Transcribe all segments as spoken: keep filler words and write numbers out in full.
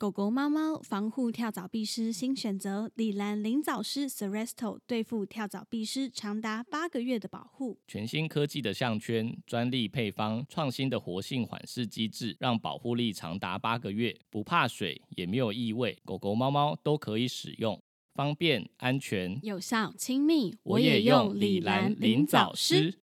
狗狗、猫猫防护跳蚤壁虱新选择，李兰灵藻虱 Seresto 对付跳蚤壁虱长达八个月的保护。 全新科技的项圈、专利配方、创新的活性缓释机制，让保护力长达八个月，不怕水，也没有异味，狗狗、猫猫都可以使用，方便、安全、 有效、亲密。 我也用李兰灵藻虱。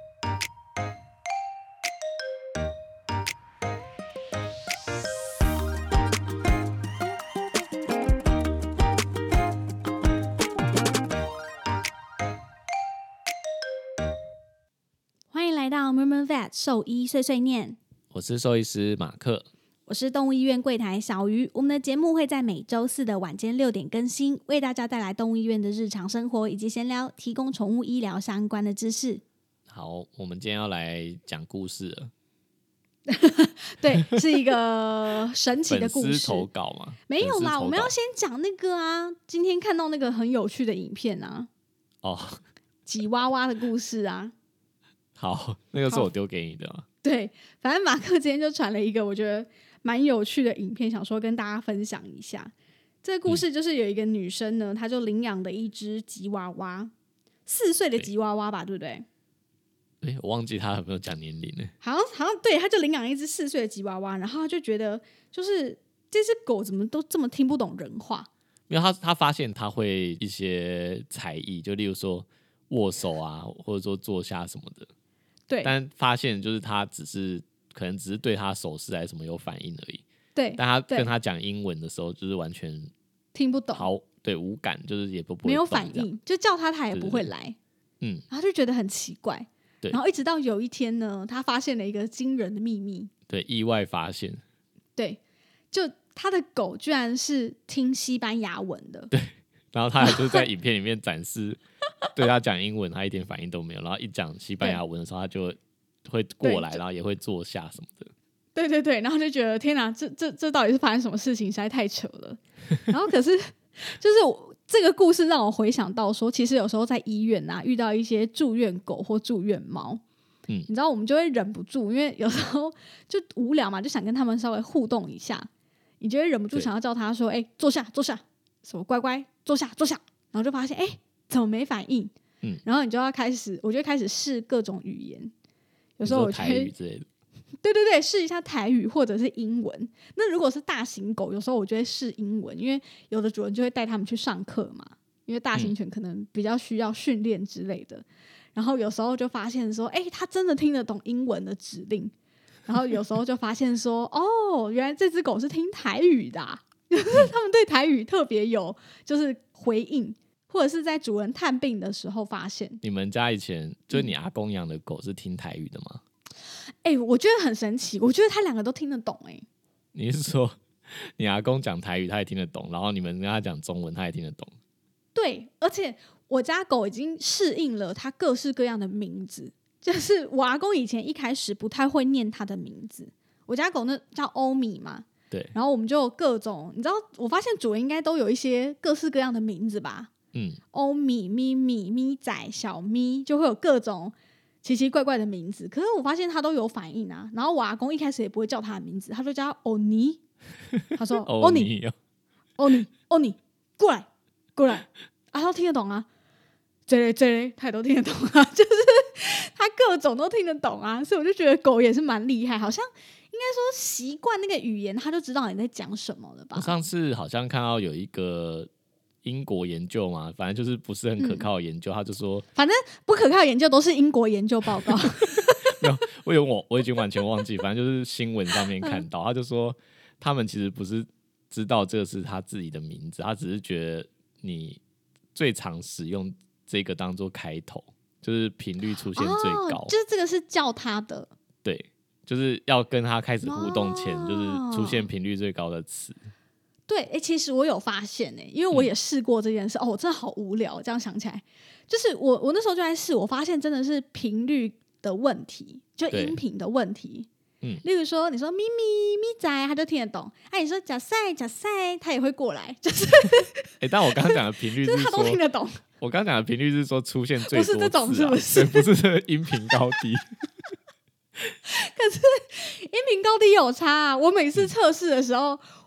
欢迎来到 Murmur Vet 兽医碎碎念， 我是兽医师马克， 我是动物医院柜台小鱼。我们的节目会在每周四的晚间六点更新，为大家带来动物医院的日常生活以及闲聊，提供宠物医疗相关的知识。 好，我们今天要来讲故事了。 对，是一个神奇的故事。 粉丝投稿吗？ 没有啦，我们要先讲那个啊，今天看到那个很有趣的影片啊， 哦， 吉娃娃的故事啊。 好，那个是我丢给你的吗？ 对，反正马克今天就传了一个我觉得蛮有趣的影片，想说跟大家分享一下。这个故事就是有一个女生呢，她就领养了一只吉娃娃，四岁的吉娃娃吧，对不对？ 欸、我忘记她有没有讲年龄呢？ 好像好像对，她就领养了一只四岁的吉娃娃，然后她就觉得，就是这只狗怎么都这么听不懂人话。 因为她她发现她会一些才艺，就例如说握手啊，或者说坐下什么的。 对， 但发现就是他只是可能只是对他手势还是什么有反应而已。 对， 但他跟他讲英文的时候，就是完全听不懂， 好，对，无感，就是也不不会没有反应，就叫他他也不会来。 对对对，嗯， 然后就觉得很奇怪。 对， 然后一直到有一天呢，他发现了一个惊人的秘密。 对，意外发现。 对，就他的狗居然是听西班牙文的。 对，然后他还就是在影片里面展示。对他讲英文，他一点反应都没有。然后一讲西班牙文的时候，他就会过来，然后也会坐下什么的。 对对对，然后就觉得天哪，这这这到底是发生什么事情？实在太扯了。然后可是就是我这个故事让我回想到说，其实有时候在医院啊，遇到一些住院狗或住院猫，嗯，你知道我们就会忍不住，因为有时候就无聊嘛，就想跟他们稍微互动一下，你就会忍不住想要叫他说：“哎、欸，坐下，坐下，什么乖乖，坐下，坐下。”然后就发现，哎、欸。怎么没反应？嗯，然后你就要开始，我就开始试各种语言。有时候我就会台语之类的， 对对对，试一下台语或者是英文。那如果是大型狗，有时候我就会试英文，因为有的主人就会带他们去上课嘛。因为大型犬可能比较需要训练之类的。嗯、然后有时候就发现说，哎、欸，他真的听得懂英文的指令。然后有时候就发现说，哦，原来这只狗是听台语的、啊，就是他们对台语特别有就是回应。或者是在主人探病的时候发现。 你们家以前就是你阿公养的狗是听台语的吗？ 哎、欸，我觉得很神奇，我觉得他两个都听得懂。哎、欸， 你是说你阿公讲台语他也听得懂，然后你们跟他讲中文他也听得懂？ 对，而且我家狗已经适应了他各式各样的名字，就是我阿公以前一开始不太会念他的名字，我家狗那叫欧米嘛， 对， 然后我们就有各种，你知道，我发现主人应该都有一些各式各样的名字吧。嗯，欧米、咪咪、咪仔、小咪，就会有各种奇奇怪怪的名字。可是我发现他都有反应啊。然后我阿公一开始也不会叫他的名字，他就叫欧尼。他说欧尼，欧尼，欧尼，过来，过来啊，他听得懂啊。这类这类他也都听得懂啊，就是他各种都听得懂啊。所以我就觉得狗也是蛮厉害，好像应该说习惯那个语言，他就知道你在讲什么了吧。 我上次好像看到有一个。英国研究嘛，反正就是不是很可靠的研究，嗯、他就说， 反正不可靠的研究都是英国研究报告。 没有，我有我我已经完全忘记，反正就是新闻上面看到，嗯、他就说他们其实不是知道这个是他自己的名字，他只是觉得你最常使用这个当做开头，就是频率出现最高， 哦、就是这个是叫他的， 对，就是要跟他开始互动前，哦、就是出现频率最高的词。 对，欸，其实我有发现欸，因为我也试过这件事，嗯、哦，真的好无聊。这样想起来，就是我我那时候就在试，我发现真的是频率的问题，就音频的问题。嗯，例如说你说咪咪咪仔，他就听得懂；哎、啊，你说假赛假赛，他也会过来。就是， 哎、欸，但我刚刚讲的频率是说， 就是他都听得懂。 我刚刚讲的频率是说出现最多次、啊， 不是这种，是不是？ 对，不是这个音频高低。 可是音频高低有差啊！我每次测试的时候。嗯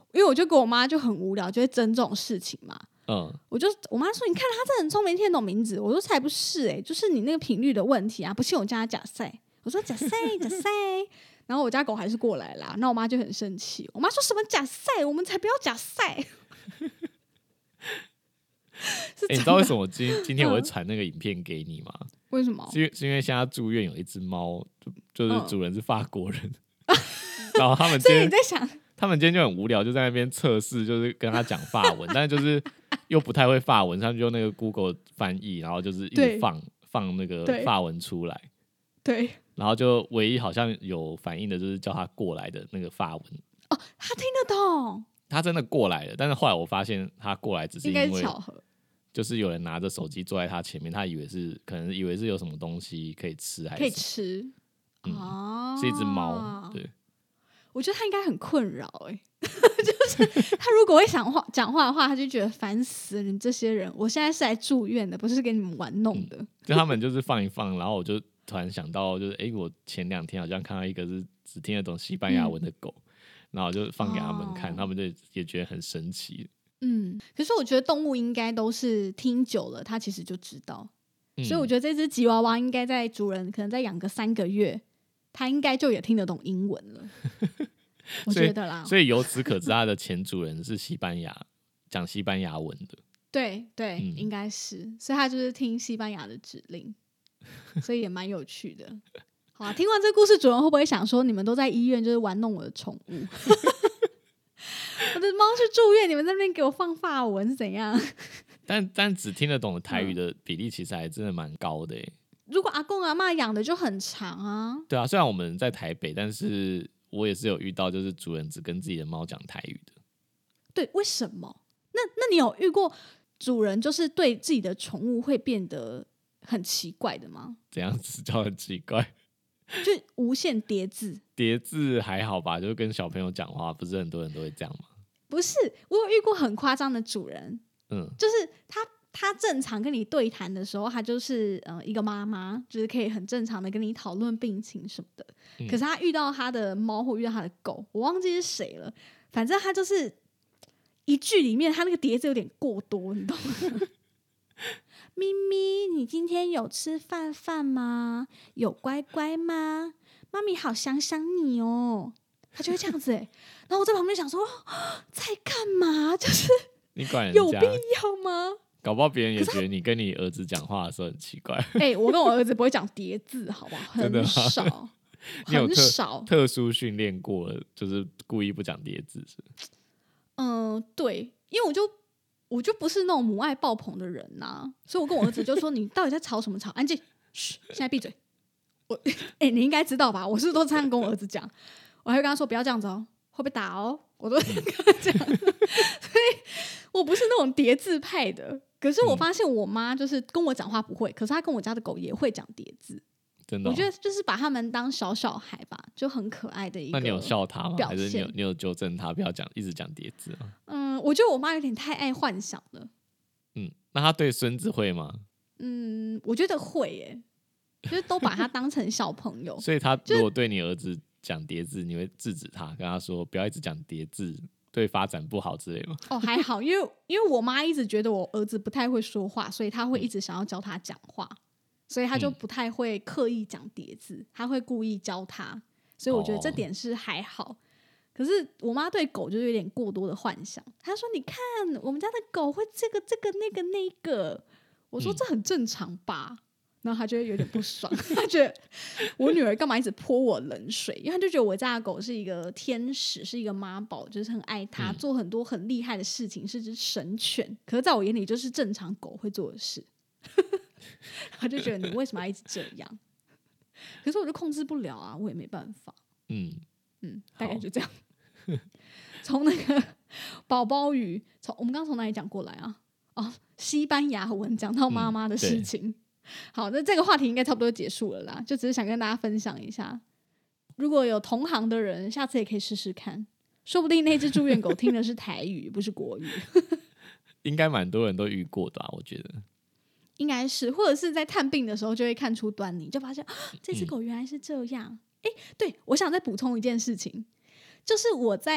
因为我就跟我妈就很无聊，就会争这种事情嘛。 嗯， 我就我妈说，你看他真的很聪明，听得懂名字。我说才不是哎、欸，就是你那个频率的问题啊！不信我叫他假赛。我说假赛假赛，然后我家狗还是过来啦。那我妈就很生气，我妈说什么假赛？我们才不要假赛。 欸、你知道为什么今今天我会传那个影片给你吗？ 为什么？ 是因为是因为现在住院有一只猫，就就是主人是法国人，嗯、然后他们今天所以你在想， 他们今天就很无聊，就在那边测试，就是跟他讲法文，但是就是又不太会法文，他们就用那个 Google 翻译，然后就是一直放放那个法文出来， 对， 然后就唯一好像有反应的就是叫他过来的那个法文。 哦，他听得懂， 他真的过来了，但是后来我发现他过来只是因为应该是巧合。 就是有人拿着手机坐在他前面，他以为是可能以为是有什么东西可以吃，还是可以吃， 嗯、 哦， 是一只猫。对， 我觉得他应该很困扰哎、欸，就是他如果会讲话讲话的话，他就觉得烦死了，你这些人，我现在是来住院的，不是给你们玩弄的。嗯、 就他们就是放一放，然后我就突然想到，就是哎、欸，我前两天好像看到一个是只听得懂西班牙文的狗，嗯、然后我就放给他们看，哦、他们就也觉得很神奇。 嗯，可是我觉得动物应该都是听久了，它其实就知道。嗯、所以我觉得这只吉娃娃应该在主人可能再养个三个月，它应该就也听得懂英文了。我觉得啦， 所以由此可知，它的前主人是西班牙讲西班牙文的。 对对，嗯、应该是，所以它就是听西班牙的指令，所以也蛮有趣的。好啊，听完这故事，主人会不会想说，你们都在医院就是玩弄我的宠物？我的猫去住院，你们在那边给我放法文是怎样？ 但但只听得懂的台语的比例其实还真的蛮高的耶。 如果阿公阿嬷养的就很长啊。 对啊，虽然我们在台北，但是我也是有遇到，就是主人只跟自己的猫讲台语的。 对，为什么？那那你有遇过主人就是对自己的宠物会变得很奇怪的吗？ 怎样子叫很奇怪？ 就无限叠字。 叠字还好吧，就跟小朋友讲话，不是很多人都会这样吗？ 不是，我有遇过很夸张的主人，嗯，就是他他正常跟你对谈的时候，他就是呃一个妈妈，就是可以很正常的跟你讨论病情什么的。嗯、可是他遇到他的猫或遇到他的狗，我忘记是谁了，反正他就是一句里面他那个叠字有点过多，你懂吗？咪咪，你今天有吃饭饭吗？有乖乖吗？妈咪好想想你哦。他就会这样子哎、欸，然后我在旁边想说，在干嘛？就是你管人家有必要吗？ 搞不好别人也觉得你跟你儿子讲话的时候很奇怪。 哎、欸，我跟我儿子不会讲叠字，好不好？很少，很少。 特殊训练过了，就是故意不讲叠字是？ 嗯、呃，对，因为我就我就不是那种母爱爆棚的人呐、啊，所以我跟我儿子就说：“你到底在吵什么吵？安静，嘘，现在闭嘴。”我哎、欸，你应该知道吧？我是不是都这样跟我儿子讲？我还会跟他说不要这样子哦，会被打哦。我都跟他讲，所以我不是那种叠字派的。可是我发现我妈就是跟我讲话不会，可是她跟我家的狗也会讲叠字。 真的、哦？ 我觉得就是把他们当小小孩吧，就很可爱的一个。 那你有笑他吗？还是你有你有纠正他不要讲一直讲叠字吗？ 嗯，我觉得我妈有点太爱幻想了。 嗯，那他对孙子会吗？ 嗯，我觉得会耶，就是都把他当成小朋友。 所以他如果对你儿子讲叠字，你会制止他，跟他说不要一直讲叠字，对发展不好之类吗？ 哦，还好，因为因为我妈一直觉得我儿子不太会说话，所以她会一直想要教他讲话，嗯、所以他就不太会刻意讲叠字，他会故意教他，所以我觉得这点是还好。哦、可是我妈对狗就是有点过多的幻想，她说：“你看我们家的狗会这个这个那个那个。”我说：“这很正常吧？”嗯然后他就会有点不爽，他觉得我女儿干嘛一直泼我冷水，因为他就觉得我家的狗是一个天使，是一个妈宝，就是很爱它，嗯、做很多很厉害的事情，是只神犬。可是在我眼里就是正常狗会做的事，他就觉得你为什么要一直这样？可是我就控制不了啊，我也没办法。嗯嗯，大概就这样。从那个宝宝语，从我们刚刚从哪里讲过来啊？哦，西班牙文讲到妈妈的事情。嗯好，那这个话题应该差不多结束了啦，就只是想跟大家分享一下，如果有同行的人，下次也可以试试看，说不定那只住院狗听的是台语，不是国语。 应该蛮多人都遇过的吧？我觉得应该是，或者是在探病的时候就会看出端倪，就发现、啊、这只狗原来是这样。哎、嗯，对，我想再补充一件事情，就是我在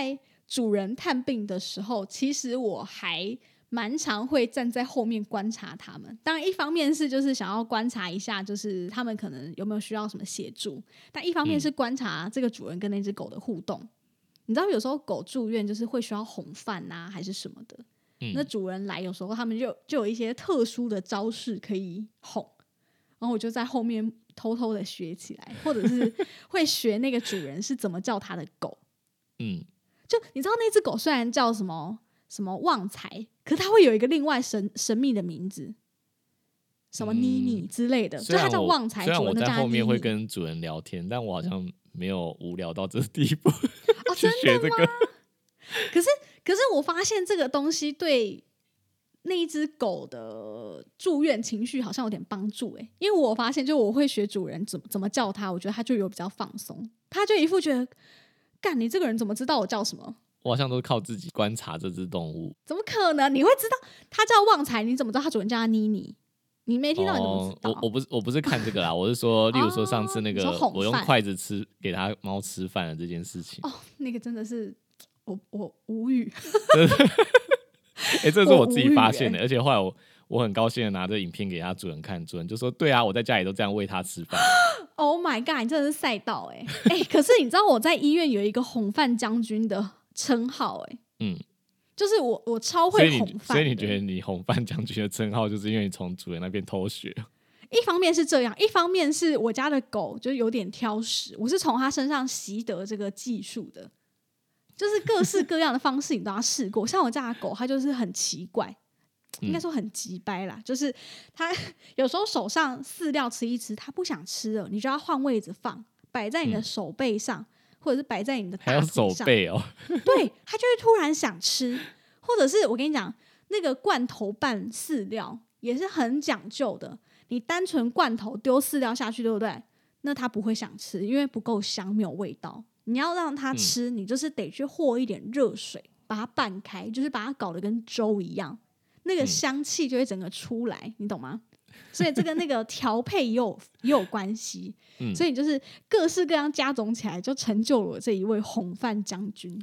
主人探病的时候，其实我还蛮常会站在后面观察他们。当然一方面是就是想要观察一下就是他们可能有没有需要什么协助，但一方面是观察这个主人跟那只狗的互动、嗯、你知道有时候狗住院就是会需要哄饭啊还是什么的、嗯、那主人来有时候他们就就有一些特殊的招式可以哄，然后我就在后面偷偷的学起来，或者是会学那个主人是怎么叫他的狗。嗯，就你知道那只狗虽然叫什么什么旺财，可是它会有一个另外 神, 神秘的名字，什么妮妮之类的、嗯、就它叫旺财。 虽然我在后面会跟主人聊天，但我好像没有无聊到这个地步、哦、去学这个。 可是可是我发现这个东西对那一只狗的住院情绪好像有点帮助、欸、因为我发现就我会学主人怎么怎么叫它，我觉得它就有比较放松，它就一副觉得干你这个人怎么知道我叫什么。 我好像都是靠自己观察这只动物。 怎么可能？你会知道它叫旺财，你怎么知道它主人叫它妮妮？你没听到你怎么知道？ 哦、我, 我, 不是我不是看这个啦，我是说例如说上次那个、哦、我用筷子吃给它猫吃饭的这件事情。 哦，那个真的是我我无语。 哎、欸，这是我自己发现的、欸、而且后来我我很高兴的拿着影片给他主人看，主人就说对啊，我在家里都这样喂他吃饭。 Oh my god， 你真的是赛道哎、欸欸、可是你知道我在医院有一个哄饭将军的称号哎、欸，嗯，就是我我超会哄饭。 所以你觉得你哄饭将军的称号就是因为你从主人那边偷学？ 一方面是这样，一方面是我家的狗就有点挑食，我是从他身上习得这个技术的。就是各式各样的方式你都要试过，像我家的狗它就是很奇怪，应该说很急掰啦、嗯、就是它有时候手上饲料吃一吃它不想吃了，你就要换位置放，摆在你的手背上、嗯、或者是摆在你的大腿上。还有手背哦。 对，它就会突然想吃，或者是我跟你讲那个罐头拌饲料也是很讲究的，你单纯罐头丢饲料下去对不对，那它不会想吃，因为不够香没有味道，你要让它吃、嗯、你就是得去和一点热水把它拌开，就是把它搞得跟粥一样，那个香气就会整个出来、嗯、你懂吗？所以这跟那个调配也有也有关系、嗯、所以就是各式各样加总起来就成就了我这一位哄饭将军。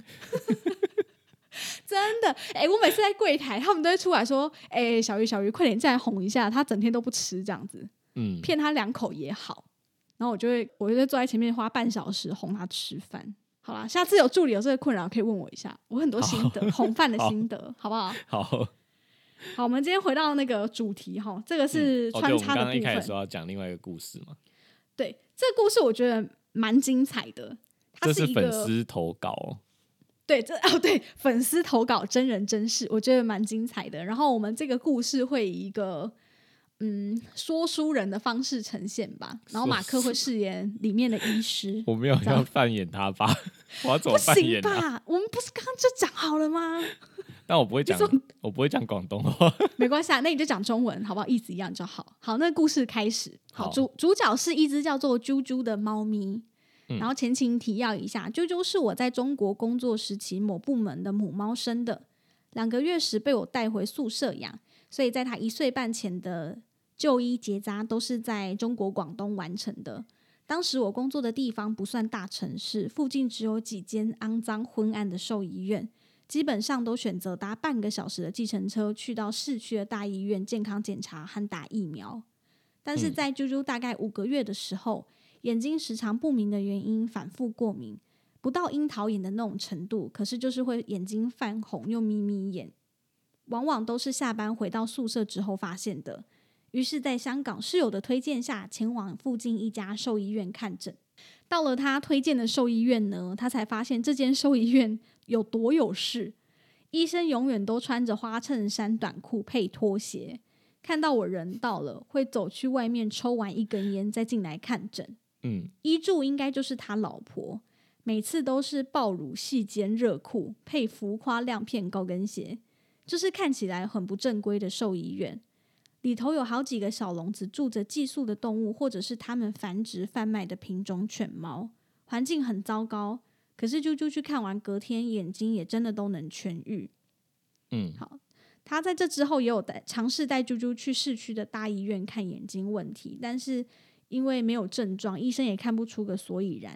真的哎、欸，我每次在柜台他们都会出来说哎、欸，小鱼小鱼快点再来哄一下，他整天都不吃这样子，嗯，骗他两口也好，然后我就会我就会坐在前面花半小时哄他吃饭。好啦，下次有助理有这个困扰可以问我一下，我很多心得，哄饭的心得，好不好？好，好，我们今天回到那个主题哈，这个是穿插的部分。嗯哦、我们刚刚一开始说要讲另外一个故事嘛？ 对，这个故事我觉得蛮精彩的，它是一个这是粉丝投稿、哦。 对，这哦对，粉丝投稿真人真事，我觉得蛮精彩的。然后我们这个故事会以一个嗯说书人的方式呈现吧，然后马克会饰演里面的医师。 我没有要扮演他吧？我要怎么扮演他？ 不行吧？我们不是刚刚就讲好了吗？ 但我不会讲，我不会讲广东话。 没关系啊，那你就讲中文好不好？意思一样就好。好，那故事开始。好，好主主角是一只叫做啾啾的猫咪。然后前情提要一下，啾啾是我在中国工作时期某部门的母猫生的，两个月时被我带回宿舍养，所以在它一岁半前的就医结扎都是在中国广东完成的。当时我工作的地方不算大城市，附近只有几间肮脏昏暗的兽医院，基本上都选择搭半个小时的计程车去到市区的大医院健康检查和打疫苗。但是在啾啾大概五个月的时候，眼睛时常不明的原因反复过敏，不到樱桃眼的那种程度，可是就是会眼睛泛红又眯眯眼，往往都是下班回到宿舍之后发现的。于是在香港室友的推荐下，前往附近一家兽医院看诊。到了他推荐的兽医院呢，他才发现这间兽医院有多有事。医生永远都穿着花衬衫短裤配拖鞋，看到我人到了会走去外面抽完一根烟再进来看诊。嗯，医助应该就是他老婆，每次都是暴乳细肩热裤配浮夸亮片高跟鞋，就是看起来很不正规的兽医院。里头有好几个小笼子住着寄宿的动物，或者是他们繁殖贩卖的品种犬猫，环境很糟糕。可是啾啾去看完，隔天眼睛也真的都能痊愈。嗯，好，他在这之后也有尝试带啾啾去市区的大医院看眼睛问题，但是因为没有症状，医生也看不出个所以然。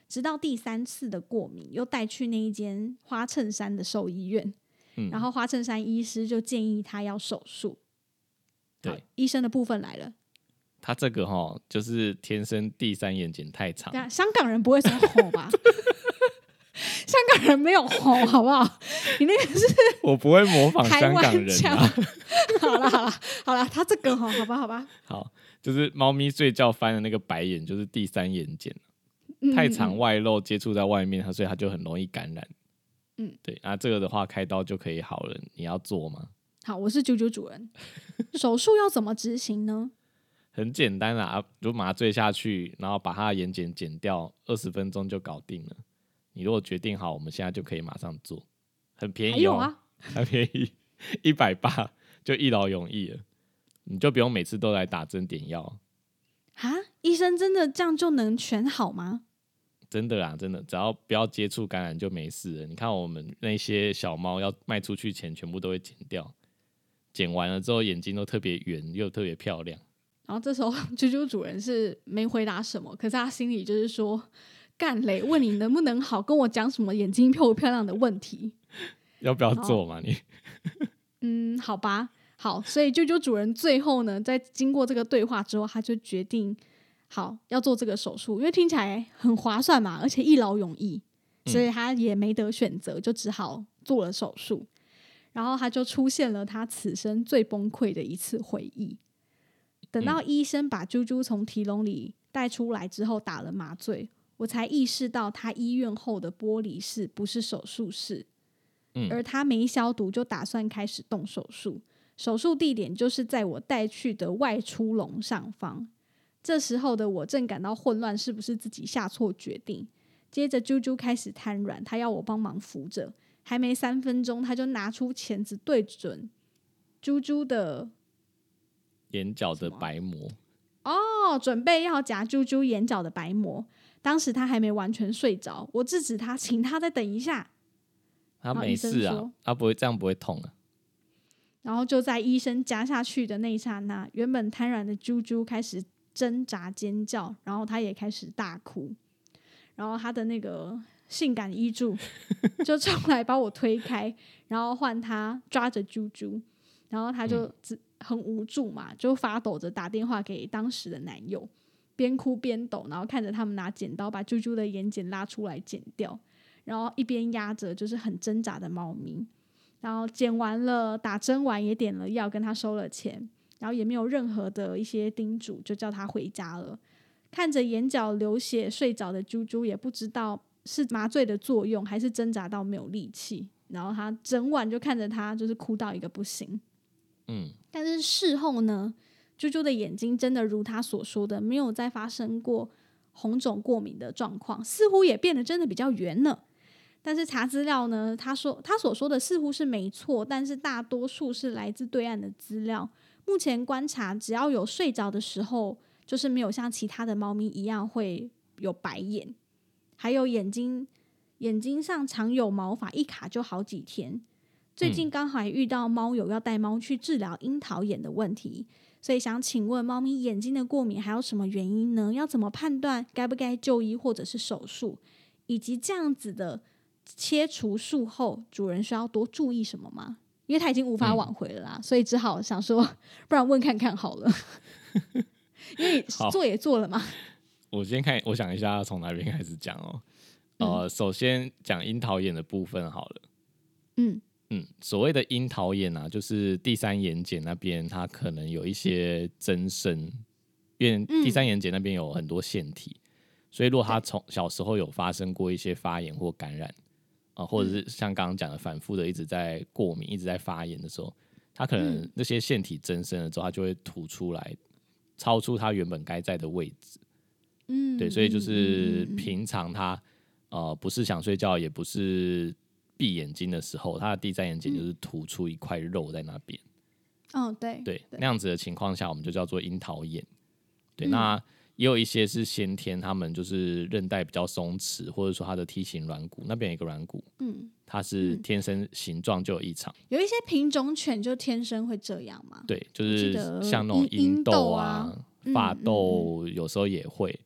直到第三次的过敏又带去那一间花衬衫的兽医院、嗯、然后花衬衫医师就建议他要手术。对，医生的部分来了。 他这个齁就是天生第三眼睑太长。 对啊，香港人不会说吼吧香港人没有吼好不好？你那个是我不会模仿香港人啊好啦好啦好啦，他这个吼好吧好吧好，就是猫咪睡觉翻的那个白眼就是第三眼睑、嗯、太长外露接触在外面，所以它就很容易感染。嗯，对啊，这个的话开刀就可以好了，你要做吗？ 好，我是啾啾主人手术要怎么执行呢？ 很简单啦，就麻醉下去，然后把它的眼睑剪掉，二十分钟就搞定了。你如果决定好，我们现在就可以马上做，很便宜哦，还有啊，很便宜，一百八就一劳永逸了，你就不用每次都来打针点药。 哈，医生真的这样就能全好吗？ 真的啦，真的，只要不要接触感染就没事了。你看我们那些小猫要卖出去前，全部都会剪掉，剪完了之后眼睛都特别圆又特别漂亮。 然后这时候啾啾主人是没回答什么，可是他心里就是说，干嘞，问你能不能好，跟我讲什么眼睛漂不漂亮的问题， 要不要做嘛你嗯，好吧，好，所以啾啾主人最后呢，在经过这个对话之后，他就决定好要做这个手术，因为听起来很划算嘛，而且一劳永逸，所以他也没得选择，就只好做了手术。然后他就出现了他此生最崩溃的一次回忆。等到医生把啾啾从提笼里带出来之后打了麻醉，我才意识到他医院后的玻璃室不是手术室、嗯、而他没消毒就打算开始动手术，手术地点就是在我带去的外出笼上方。这时候的我正感到混乱，是不是自己下错决定。接着啾啾开始瘫软，他要我帮忙扶着，还没三分钟他就拿出钳子对准啾啾的眼角的白膜哦，准备要夹啾啾眼角的白膜。当时他还没完全睡着，我制止他，请他再等一下。 他没事啊，他不会这样不会痛啊。 然后就在医生夹下去的那一刹那，原本瘫软的啾啾开始挣扎尖叫，然后他也开始大哭，然后他的那个性感医助就冲来把我推开，然后换他抓着啾啾，然后他就很无助嘛，就发抖着打电话给当时的男友，边哭边抖，然后看着他们拿剪刀把啾啾的眼睑拉出来剪掉，然后一边压着就是很挣扎的猫咪，然后剪完了打针完也点了药跟他收了钱，然后也没有任何的一些叮嘱，就叫他回家了。看着眼角流血睡着的啾啾，也不知道是麻醉的作用还是挣扎到没有力气，然后他整晚就看着他就是哭到一个不行。嗯，但是事后呢，啾啾的眼睛真的如他所说的没有再发生过红肿过敏的状况，似乎也变得真的比较圆了。但是查资料呢，他说他所说的似乎是没错，但是大多数是来自对岸的资料。目前观察，只要有睡着的时候，就是没有像其他的猫咪一样会有白眼，还有眼睛眼睛上常有毛发，一卡就好几天。最近刚好还遇到猫友要带猫去治疗樱桃眼的问题，所以想请问猫咪眼睛的过敏还有什么原因呢？要怎么判断该不该就医或者是手术，以及这样子的切除术后主人需要多注意什么吗？因为他已经无法挽回了啦、嗯、所以只好想说不然问看看好了因为做也做了嘛。 我先看我想一下从哪边开始讲哦、呃嗯、首先讲樱桃眼的部分好了。嗯嗯，所谓的樱桃眼啊，就是第三眼睑那边它可能有一些增生，因为第三眼睑那边有很多腺体、嗯、所以如果它从小时候有发生过一些发炎或感染、呃、或者是像刚刚讲的反复的一直在过敏一直在发炎的时候，它可能那些腺体增生了之后它就会凸出来，超出它原本该在的位置。嗯，对，所以就是平常它呃不是想睡觉也不是闭眼睛的时候，它的第三眼睑就是突出一块肉在那边。 哦，对对，那样子的情况下，我们就叫做樱桃眼。对，嗯、那也有一些是先天，他们就是韧带比较松弛，或者说它的梯形软骨那边有一个软骨，嗯，它是天生形状就有异常、嗯。 有一些品种犬就天生会这样嘛？ 对，就是像那种鹰豆啊、法斗，有时候也会。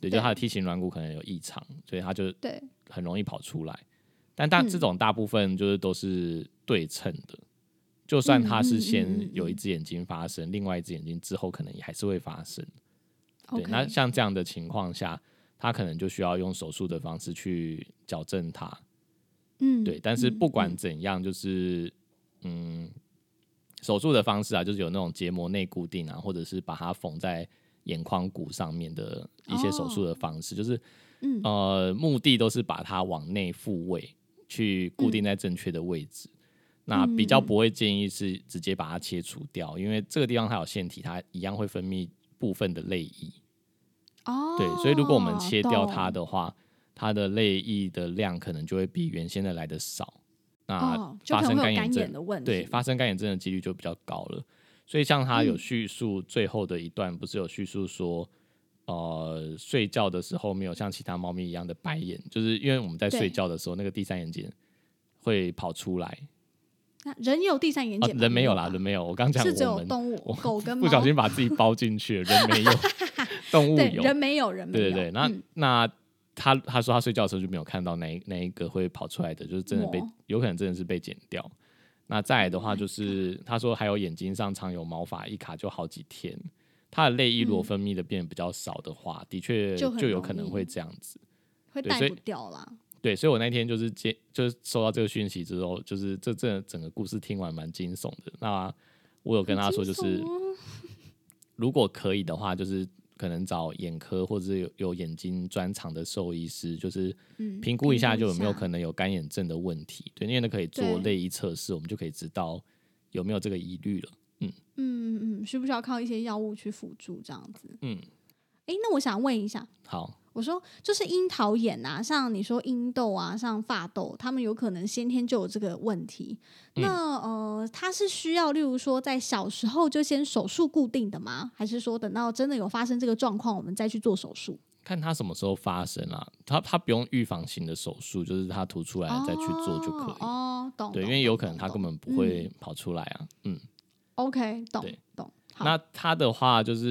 对，就他的梯形软骨可能有异常，所以他就很容易跑出来。但大这种大部分就是都是对称的，就算他是先有一只眼睛发生，另外一只眼睛之后可能也还是会发生。对，那像这样的情况下，他可能就需要用手术的方式去矫正它。嗯，对，但是不管怎样，就是嗯，手术的方式啊，就是有那种结膜内固定啊，或者是把它缝在眼眶骨上面的一些手术的方式，哦、就是、嗯、呃，目的都是把它往内复位，去固定在正确的位置。嗯、那比较不会建议是直接把它切除掉，因为这个地方它有腺体，它一样会分泌部分的泪液。哦，对，所以如果我们切掉它的话，它的泪液的量可能就会比原先的来的少。那发生干眼症、哦、 的问题， 对，发生干眼症的几率就比较高了。所以像他有叙述最后的一段，不是有叙述说，嗯、呃，睡觉的时候没有像其他猫咪一样的白眼，就是因为我们在睡觉的时候，那个第三眼睑会跑出来。 那人有第三眼睑、 哦？人没有啦，人没有。我刚讲我们是只有动物，狗跟猫不小心把自己包进去了，人没有，动物有， 人没有，人没有。 对对对，那、嗯、那。他他说他睡觉的时候就没有看到哪一哪一个会跑出来的，就是真的被有可能真的是被剪掉。那再来的话就是、oh、他说还有眼睛上常有毛发，一卡就好几天。他的泪液如果分泌的变得比较少的话，嗯、的确就有可能会这样子， 会带不掉啦。 对，所以我那天就是接就是收到这个讯息之后，就是这这整个故事听完蛮惊悚的。那我有跟他说，就是如果可以的话，就是可能找眼科或者是 有, 有眼睛专长的兽医师，就是评估一下就有没有可能有干眼症的问题。对，因为那可以做泪液测试，我们就可以知道有没有这个疑虑了。嗯嗯嗯，需不需要靠一些药物去辅助这样子？嗯，哎，那我想问一下， 好。 我说，就是樱桃眼啊，像你说樱豆啊，像发豆，他们有可能先天就有这个问题。嗯、那呃，它是需要，例如说，在小时候就先手术固定的吗？还是说等到真的有发生这个状况，我们再去做手术？ 看它什么时候发生啊？它它不用预防性的手术，就是它凸出来了再去做就可以。 哦，懂。 对，因为有可能它根本不会跑出来啊。嗯 ，OK， 懂懂。 那它的话就是。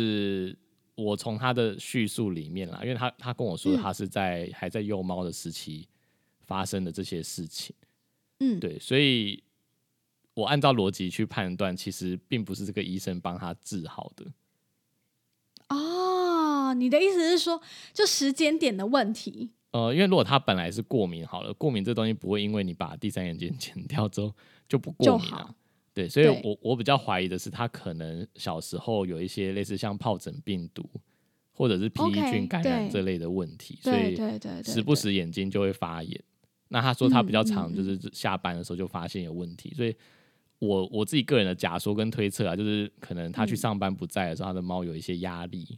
我从他的叙述里面啦，因为他他跟我说他是在、嗯、还在幼猫的时期发生的这些事情，嗯，对，所以我按照逻辑去判断，其实并不是这个医生帮他治好的。 哦，你的意思是说，就时间点的问题？ 呃，因为如果他本来是过敏好了，过敏这东西不会因为你把第三眼睑剪掉之后就不过敏了。对，所以我我比较怀疑的是，他可能小时候有一些类似像疱疹病毒或者是皮衣菌感染这类的问题， okay, 所以时不时眼睛就会发炎。那他说他比较常就是下班的时候就发现有问题，嗯嗯嗯，所以我我自己个人的假说跟推测啊，就是可能他去上班不在的时候，他的猫有一些压力。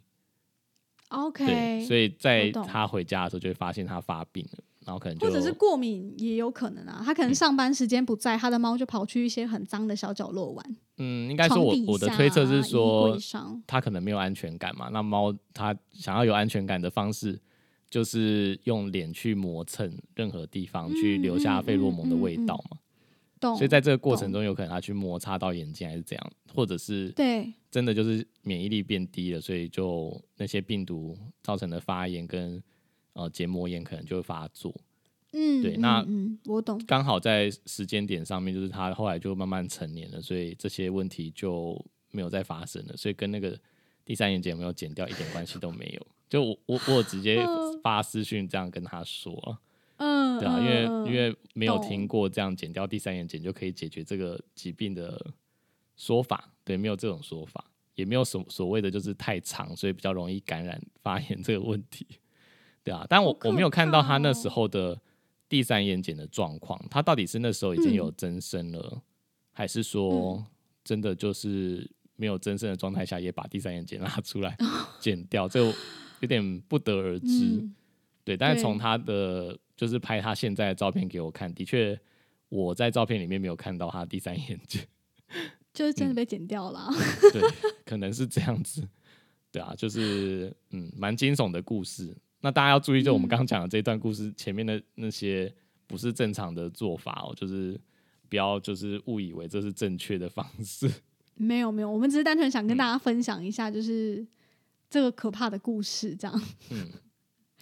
OK， 对，所以在他回家的时候就会发现他发病了。然后可能就或者是过敏也有可能啊，他可能上班时间不在，嗯、他的猫就跑去一些很脏的小角落玩。 嗯，应该说我我的推测是说，他可能没有安全感嘛。那猫它想要有安全感的方式，就是用脸去磨蹭任何地方，嗯、去留下费洛蒙的味道嘛。 懂、嗯。 所以在这个过程中，有可能它去摩擦到眼睛，还是怎样，或者是对， 真的就是免疫力变低了，所以就那些病毒造成的发炎跟。呃，结膜炎可能就会发作， 嗯， 对，那嗯，我懂。 刚好在时间点上面，就是他后来就慢慢成年了，所以这些问题就没有再发生了，所以跟那个第三眼睑有没有剪掉一点关系都没有。就我我我有直接发私讯这样跟他说，嗯，对啊，因为、嗯、因为没有听过这样剪掉第三眼睑就可以解决这个疾病的说法，对，没有这种说法，也没有所所谓的就是太长，所以比较容易感染发炎这个问题。对啊，但我我没有看到他那时候的第三眼睑的状况，他到底是那时候已经有增生了，嗯、还是说真的就是没有增生的状态下也把第三眼睑拉出来剪掉，这有点不得而知。嗯、对，但是从他的就是拍他现在的照片给我看，的确我在照片里面没有看到他的第三眼睑， 就是真的被剪掉了。 嗯、对，可能是这样子。对啊，就是嗯，蛮惊悚的故事。那大家要注意，就我们刚刚讲的这段故事前面的那些不是正常的做法哦，就是不要就是误以为这是正确的方式。 没有没有，我们只是单纯想跟大家分享一下，就是这个可怕的故事这样。 嗯，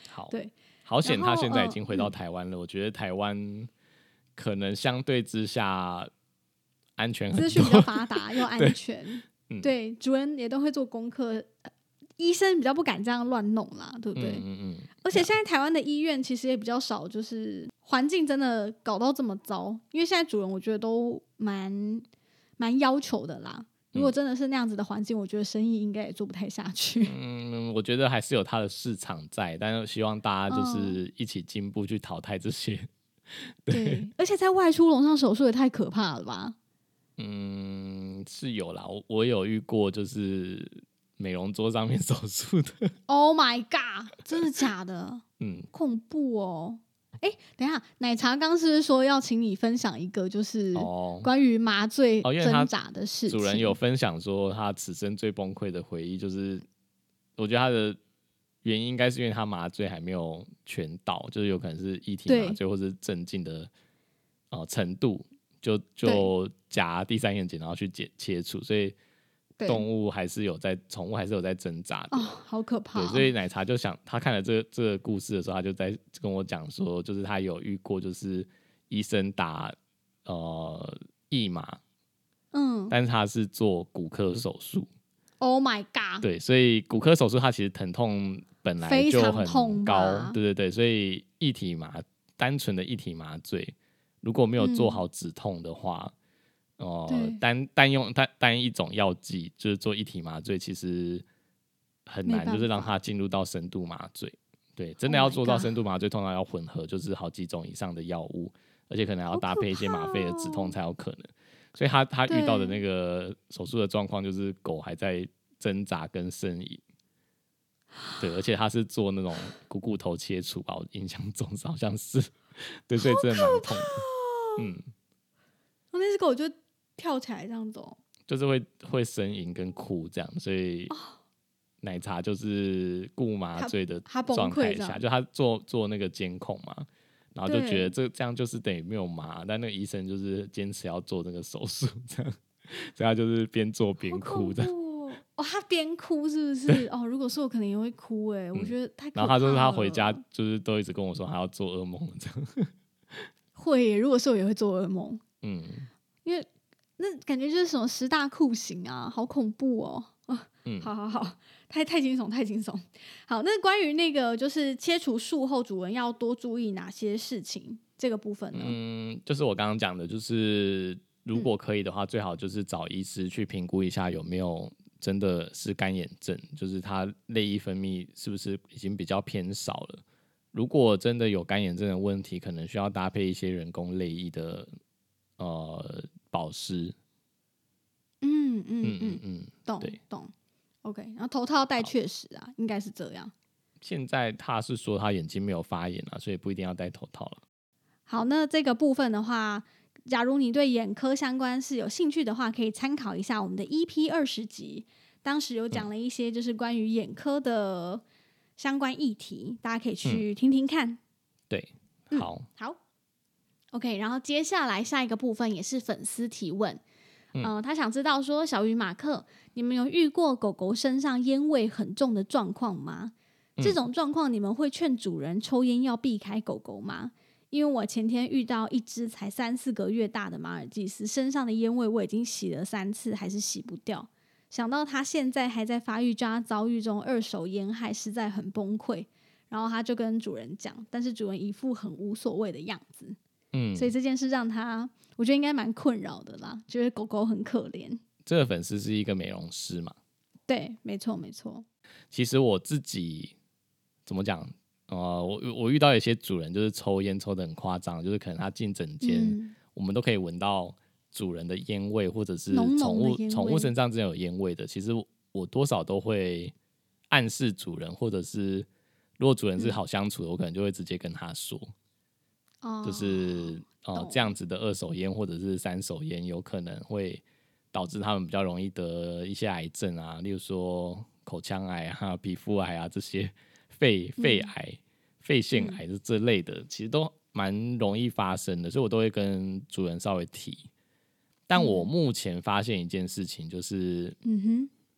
好， 对， 好险他现在已经回到台湾了。嗯、我觉得台湾可能相对之下安全很多， 资讯比较发达又安全。 对, 嗯、 对，主人也都会做功课。医生比较不敢这样乱弄啦，对不对？ 嗯嗯嗯。 而且现在台湾的医院其实也比较少，就是环境真的搞到这么糟。因为现在主人我觉得都蛮蛮要求的啦。如果真的是那样子的环境，嗯、我觉得生意应该也做不太下去。 嗯，我觉得还是有它的市场在，但是希望大家就是一起进步去淘汰这些。 嗯、对, 对，而且在外出笼上手术也太可怕了吧？ 嗯，是有啦，我我有遇过，就是美容桌上面手术的。 Oh my god！ 真的假的？ 嗯， 恐怖哦。哎、欸，等一下，奶茶刚是不是说要请你分享一个就是关于麻醉挣扎的事情？ 哦、主人有分享说他此生最崩溃的回忆，就是我觉得他的原因应该是因为他麻醉还没有全到，就是有可能是液体麻醉或是镇静的、呃、程度，就就夹第三眼睑然后去切除，所以动物还是有在，宠物还是有在挣扎的。 哦，好可怕、哦！ 对，所以奶茶就想，他看了这个这个故事的时候，他就在跟我讲说，就是他有遇过，就是医生打呃腋麻，嗯，但是他是做骨科手术。 Oh my god！ 对，所以骨科手术它其实疼痛本来就很高，对对对，所以液体麻单纯的液体麻醉，如果没有做好止痛的话。嗯呃，单单用单单一种药剂就是做一体麻醉，其实很难，就是让它进入到深度麻醉。对，真的要做到深度麻醉， oh、通常要混合就是好几种以上的药物，而且可能还要搭配一些吗啡的止痛才有可能。所以他他遇到的那个手术的状况，就是狗还在挣扎跟呻吟。对，而且他是做那种股骨头切除吧，我印象中好像是，对，所以真的蛮痛的。嗯， 那只狗就跳起来这样走， 就是会会呻吟跟哭这样，所以奶茶就是顾麻醉的状态下，就他做做那个监控嘛，然后就觉得这这样就是等于没有麻，但那个医生就是坚持要做这个手术，这样，所以他就是边做边哭的。 哦，他边哭是不是？哦，如果是我可能也会哭哎、欸嗯，我觉得太可怕了。 然后他说他回家就是都一直跟我说他要做噩梦这样。 会耶，如果是我也会做噩梦。嗯，因为那感觉就是什么十大酷刑啊，好恐怖哦！啊，嗯，好好好，太太惊悚，太惊悚。好，那关于那个就是切除术后，主人要多注意哪些事情？这个部分呢？ 嗯，就是我刚刚讲的，就是如果可以的话，嗯、最好就是找医师去评估一下有没有真的是干眼症，就是他泪液分泌是不是已经比较偏少了。如果真的有干眼症的问题，可能需要搭配一些人工泪液的呃保湿。 嗯嗯嗯嗯，懂懂。OK， 然后头套戴确实啊，应该是这样。 现在他是说他眼睛没有发炎啊，所以不一定要戴头套了。 好，那这个部分的话，假如你对眼科相关是有兴趣的话，可以参考一下我们的 E P 二十集，当时有讲了一些就是关于眼科的相关议题，大家可以去听听看。 嗯、对，好、 嗯、好 ，OK。然后接下来下一个部分也是粉丝提问。嗯、呃，他想知道说，小鱼马克，你们有遇过狗狗身上烟味很重的状况吗？嗯、这种状况你们会劝主人抽烟要避开狗狗吗？因为我前天遇到一只才三四个月大的马尔济斯，身上的烟味我已经洗了三次，还是洗不掉。想到他现在还在发育中，遭遇中二手烟害，实在很崩溃。然后他就跟主人讲，但是主人一副很无所谓的样子。嗯，所以这件事让他，我觉得应该蛮困扰的啦，觉得狗狗很可怜。 这个粉丝是一个美容师嘛？ 对，没错没错。 其实我自己怎么讲？呃，我我遇到一些主人就是抽烟抽得很夸张，就是可能他进诊间、嗯，我们都可以闻到主人的烟味，或者是宠物宠物身上真的有烟味的。其实我多少都会暗示主人，或者是如果主人是好相处的，嗯、我可能就会直接跟他说，哦、就是呃这样子的二手烟或者是三手烟，有可能会导致他们比较容易得一些癌症啊，例如说口腔癌啊、皮肤癌啊这些。肺肺癌、嗯、肺腺癌这类的、嗯，其实都蛮容易发生的，所以我都会跟主人稍微提。但我目前发现一件事情，就是，嗯哼，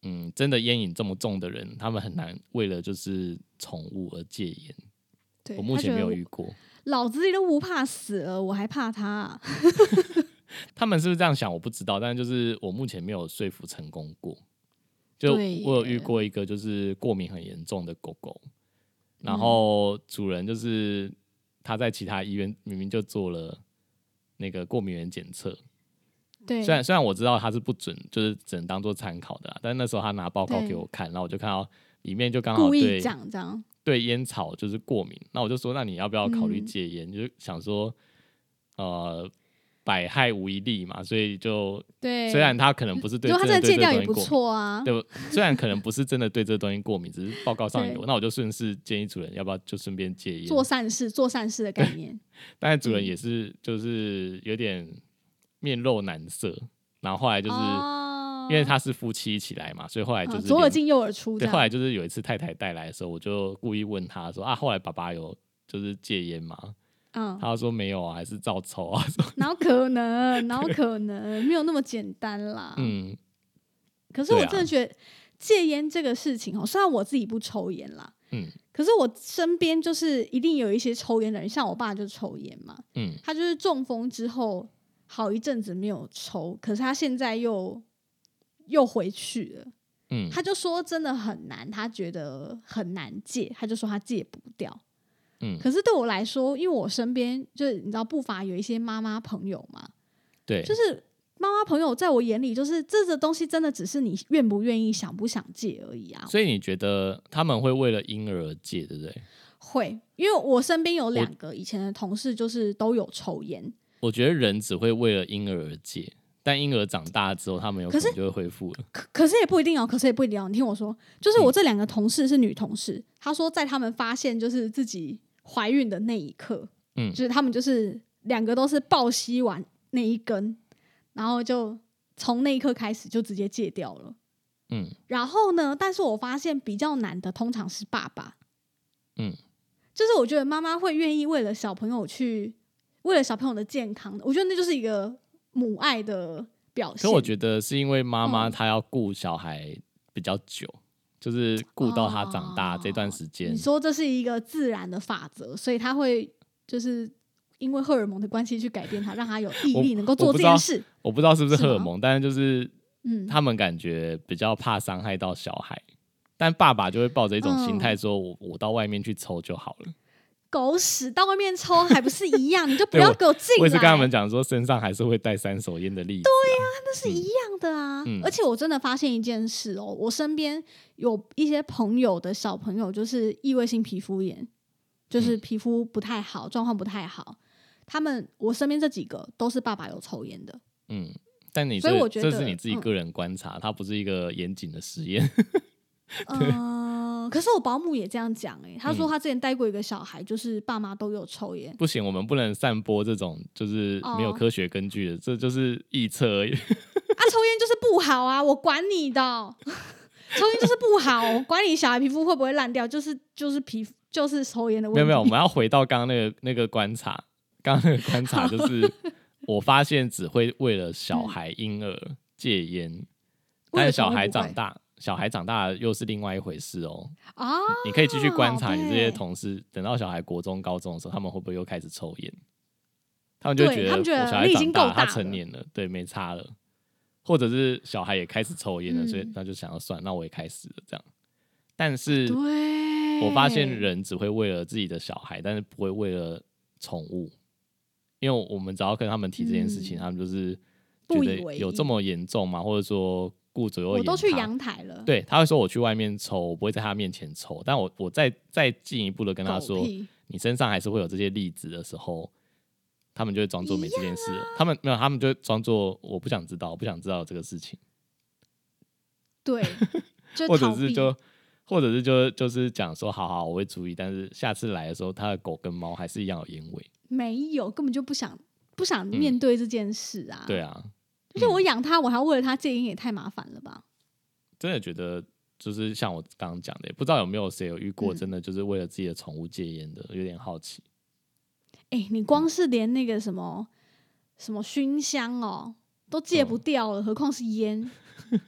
嗯，真的烟瘾这么重的人，他们很难为了就是宠物而戒烟。 对， 我目前没有遇过。 老子己都不怕死了，我还怕他、啊？ 他们是不是这样想？我不知道，但就是我目前没有说服成功过。就我有遇过一个就是过敏很严重的狗狗，然后主人就是他在其他医院明明就做了那个过敏原检测， 对， 虽然虽然我知道他是不准，就是只能当做参考的啦，但那时候他拿报告给我看，然后我就看到里面就刚好对讲这样对烟草就是过敏，那我就说那你要不要考虑戒烟？嗯、就想说呃。百害无一利嘛，所以就对， 虽然他可能不是对真的对这个东西过敏啊， 对，虽然可能不是真的对这个东西过敏，只是报告上有，那我就顺势建议主人要不要就顺便戒烟， 做善事，做善事的概念。 但是主人也是就是有点面露难色，然后后来就是、哦、因为他是夫妻一起来嘛，所以后来就是、哦、 左耳进右耳出。 对，后来就是有一次太太带来的时候，我就故意问他说啊，后来爸爸有就是戒烟吗？嗯，他说没有啊，还是照抽啊。 哪有可能？哪有可能？没有那么简单啦。嗯，可是我真的觉得戒烟这个事情哦，虽然我自己不抽烟啦，嗯，可是我身边就是一定有一些抽烟的人，像我爸就抽烟嘛，嗯，他就是中风之后好一阵子没有抽，可是他现在又又回去了，嗯，他就说真的很难，他觉得很难戒，他就说他戒不掉。嗯、可是对我来说，因为我身边就是你知道不乏有一些妈妈朋友嘛， 对， 就是妈妈朋友在我眼里，就是这个东西真的只是你愿不愿意、想不想戒而已啊。 所以你觉得他们会为了婴儿而戒，对不对？ 会，因为我身边有两个以前的同事，就是都有抽烟。 我觉得人只会为了婴儿而戒，但婴儿长大之后，他们有可能就会恢复了。 可可是也不一定哦，可是也不一定哦。你听我说，就是我这两个同事是女同事，嗯、她说在他们发现就是自己怀孕的那一刻，嗯，就是他们就是两个都是抱吸完那一根，然后就从那一刻开始就直接戒掉了，嗯。然后呢，但是我发现比较难的通常是爸爸，嗯，就是我觉得妈妈会愿意为了小朋友去，为了小朋友的健康，我觉得那就是一个母爱的表现。 可我觉得是因为妈妈她要顾小孩比较久。嗯，就是顾到他长大这段时间、哦， 你说这是一个自然的法则，所以他会就是因为荷尔蒙的关系去改变他，让他有毅力能够做这件事。 我, 我不知道是不是荷尔蒙，但是就是嗯，他们感觉比较怕伤害到小孩，但爸爸就会抱着一种心态说我：“我、嗯、我到外面去抽就好了。” 狗屎到外面抽还不是一样？你就不要给我进来。 我也是跟他们讲说，身上还是会带三手烟的例子、啊。 对呀、啊，那是一样的啊、嗯。而且我真的发现一件事哦，我身边有一些朋友的小朋友就是异位性皮肤炎，就是皮肤不太好，状况不太好。他们我身边这几个都是爸爸有抽烟的。 嗯，但你所以我觉得这是你自己个人观察，嗯、它不是一个严谨的实验。 嗯，可是我保姆也这样讲哎、欸，他说他之前带过一个小孩，就是爸妈都有抽烟。 不行，我们不能散播这种就是没有科学根据的，哦、这就是臆测而已。 啊，抽烟就是不好啊，我管你的，抽烟就是不好，我管你小孩皮肤会不会烂掉，就是就是皮肤就是抽烟的问题。 没有没有，我们要回到刚刚那个那个观察，刚刚那个观察就是我发现只会为了小孩婴儿戒烟，嗯、但是小孩长大。小孩长大又是另外一回事哦。啊，你可以继续观察你这些同事，等到小孩国中、高中的时候，他们会不会又开始抽烟？他们就会觉得我小孩长大，他成年了，对，没差了。或者是小孩也开始抽烟了，嗯、所以他就想要算，那我也开始了这样。但是，我发现人只会为了自己的小孩，但是不会为了宠物，因为我们只要跟他们提这件事情，嗯、他们就是觉得有这么严重吗？或者说？顾左右， 我都去阳台了。 对，他会说我去外面抽，我不会在他面前抽。但我我再再进一步的跟他说，你身上还是会有这些粒子的时候，他们就会装作没这件事了。啊、他们没有，他们就会装作我不想知道，我不想知道这个事情。 对，就或者是就或者是就就是讲说，好好，我会注意。但是下次来的时候，他的狗跟猫还是一样有烟味。 没有，根本就不想不想面对这件事啊。 嗯、对啊。 就是我养它，我还要为了它戒烟，也太麻烦了吧！ 真的觉得，就是像我刚刚讲的，不知道有没有谁有遇过，真的就是为了自己的宠物戒烟的，有点好奇。 哎、欸，你光是连那个什么、嗯、什么熏香哦，都戒不掉了，嗯、何况是烟？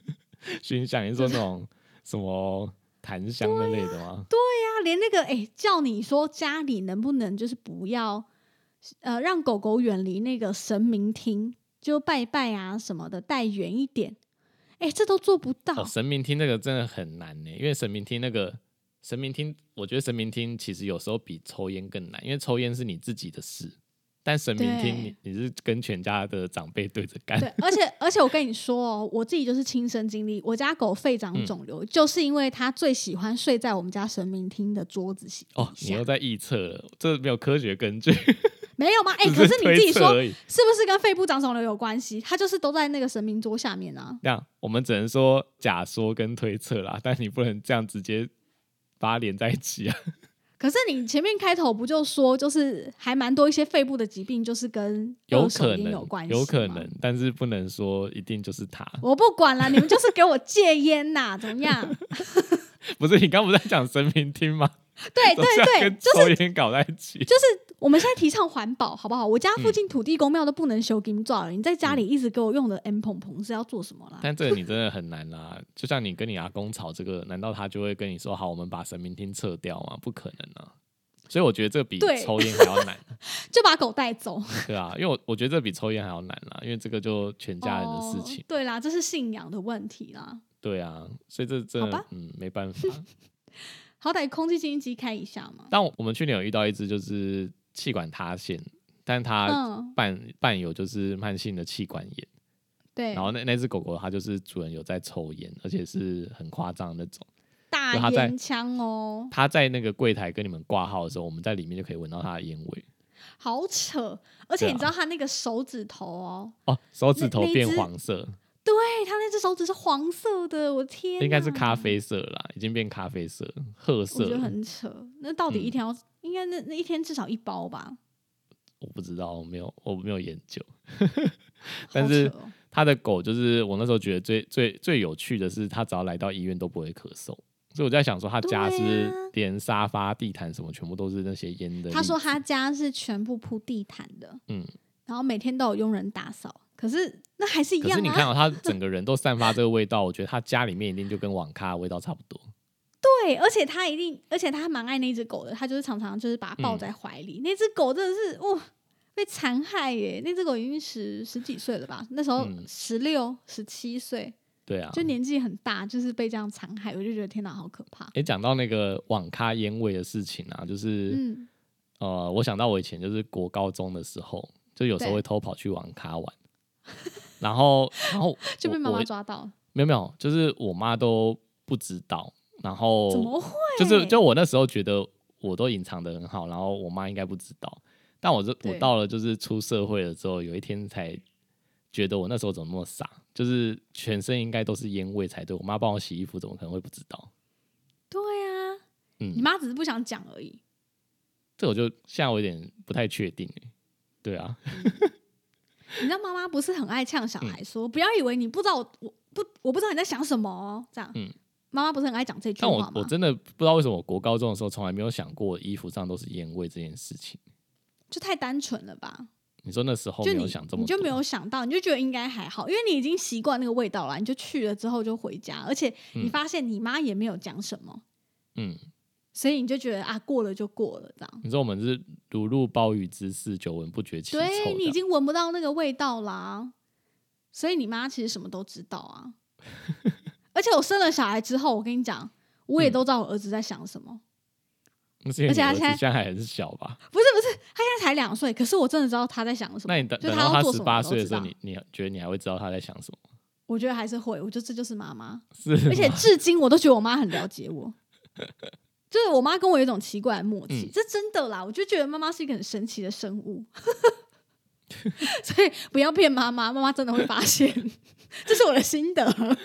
熏香，你是说那种什么檀香那类的吗？ 对呀、啊，连那个哎、欸，叫你说家里能不能就是不要呃让狗狗远离那个神明厅，就拜拜啊什么的，带远一点。哎、欸，这都做不到。 哦，神明厅那个真的很难呢，因为神明厅那个神明厅，我觉得神明厅其实有时候比抽烟更难，因为抽烟是你自己的事。但神明厅 你, 你是跟全家的长辈对着干， 对，而且而且我跟你说哦，我自己就是亲身经历，我家狗肺长肿瘤、嗯，就是因为它最喜欢睡在我们家神明厅的桌子底下。 哦，你又在臆测了，这没有科学根据。 没有吗？哎、欸，可是你自己说，是不是跟肺部长肿瘤有关系？它就是都在那个神明桌下面啊。 这样，我们只能说假说跟推测啦，但你不能这样直接把它连在一起啊。 可是你前面开头不就说，就是还蛮多一些肺部的疾病，就是跟二手烟有关系吗？ 有可能，但是不能说一定就是他。 我不管了，你们就是给我戒烟呐，怎么样？ 不是，你刚不是在讲神明厅吗？ 对对对， 跟抽烟搞在一起， 就是、就是我们现在提倡环保，好不好？我家附近土地公庙都不能修金钻了、嗯，你在家里一直给我用的 M 蓬蓬是要做什么啦？ 但这个你真的很难啦，就像你跟你阿公吵这个，难道他就会跟你说好，我们把神明厅撤掉吗？不可能啊！所以我觉得这比抽烟还要难， 就把狗带走。 对啊，因为我我觉得这比抽烟还要难啦，因为这个就全家人的事情。 哦、对啦，这是信仰的问题啦。 对啊，所以这真的嗯没办法。 好歹空气清新机开一下嘛。 但我们去年有遇到一只就是气管塌陷，但它伴、嗯、伴有就是慢性的气管炎。 对， 然后那那只狗狗它就是主人有在抽烟，而且是很夸张的那种大烟枪哦。 它在那个柜台跟你们挂号的时候，我们在里面就可以闻到它的烟味。 好扯！而且你知道它那个手指头哦， 哦，手指头变黄色。 对，他那只手指是黄色的，我天！ 应该是咖啡色啦，已经变咖啡色、褐色。 我觉得很扯。那到底一天要、嗯、应该那那一天至少一包吧？ 我不知道，我没有我没有研究。但是他的狗就是我那时候觉得最最最有趣的是，他只要来到医院都不会咳嗽。所以我在想说，他家是不是连沙发、地毯什么全部都是那些烟的？ 他说他家是全部铺地毯的，嗯，然后每天都有佣人打扫。可是那还是一样、啊、 可是你看到、哦、他整个人都散发这个味道，我觉得他家里面一定就跟网咖的味道差不多。 对，而且他一定，而且他蛮爱那只狗的，他就是常常就是把它抱在怀里。嗯、那只狗真的是哇，被残害耶！那只狗已经十十几岁了吧？那时候十六、十七岁。 对啊， 就年纪很大，就是被这样残害，我就觉得天哪，好可怕。 哎，讲到那个网咖烟味的事情啊，就是、嗯、呃，我想到我以前就是国高中的时候，就有时候会偷跑去网咖玩。然后，然后就被妈妈抓到。 没有没有，就是我妈都不知道。然后怎么会？ 就是就我那时候觉得我都隐藏得很好，然后我妈应该不知道。但我就我到了就是出社会了之后，有一天才觉得我那时候怎么那么傻，就是全身应该都是烟味才对。我妈帮我洗衣服，怎么可能会不知道？ 对啊，嗯，你妈只是不想讲而已。 这我就现在我有点不太确定哎。对啊。 嗯你知道妈妈不是很爱呛小孩说、嗯、不要以为你不知道 我, 我, 不, 我不知道你在想什么、哦、这样。嗯，妈妈不是很爱讲这句话吗？ 但 我, 我真的不知道为什么我国高中的时候从来没有想过衣服上都是烟味这件事情， 就太单纯了吧？ 你说那时候没有想这么多， 你就没有想到，你就觉得应该还好，因为你已经习惯那个味道了，你就去了之后就回家，而且你发现你妈也没有讲什么，嗯，所以你就觉得啊，过了就过了这样。 你说我们是如入鲍鱼之肆，久闻不觉其臭。 对，你已经闻不到那个味道啦，所以你妈其实什么都知道啊。而且我生了小孩之后，我跟你讲，我也都知道我儿子在想什么。 而且他现在现在还很小吧？ 不是不是，他现在才两岁，可是我真的知道他在想什么。 那你等等到他十八岁的时候，你你觉得你还会知道他在想什么？ 我觉得还是会，我觉得这就是妈妈。 是， 而且至今我都觉得我妈很了解我。就是我妈跟我有一种奇怪的默契，嗯、这真的啦，我就觉得妈妈是一个很神奇的生物。所以不要骗妈妈，妈妈真的会发现。这是我的心得。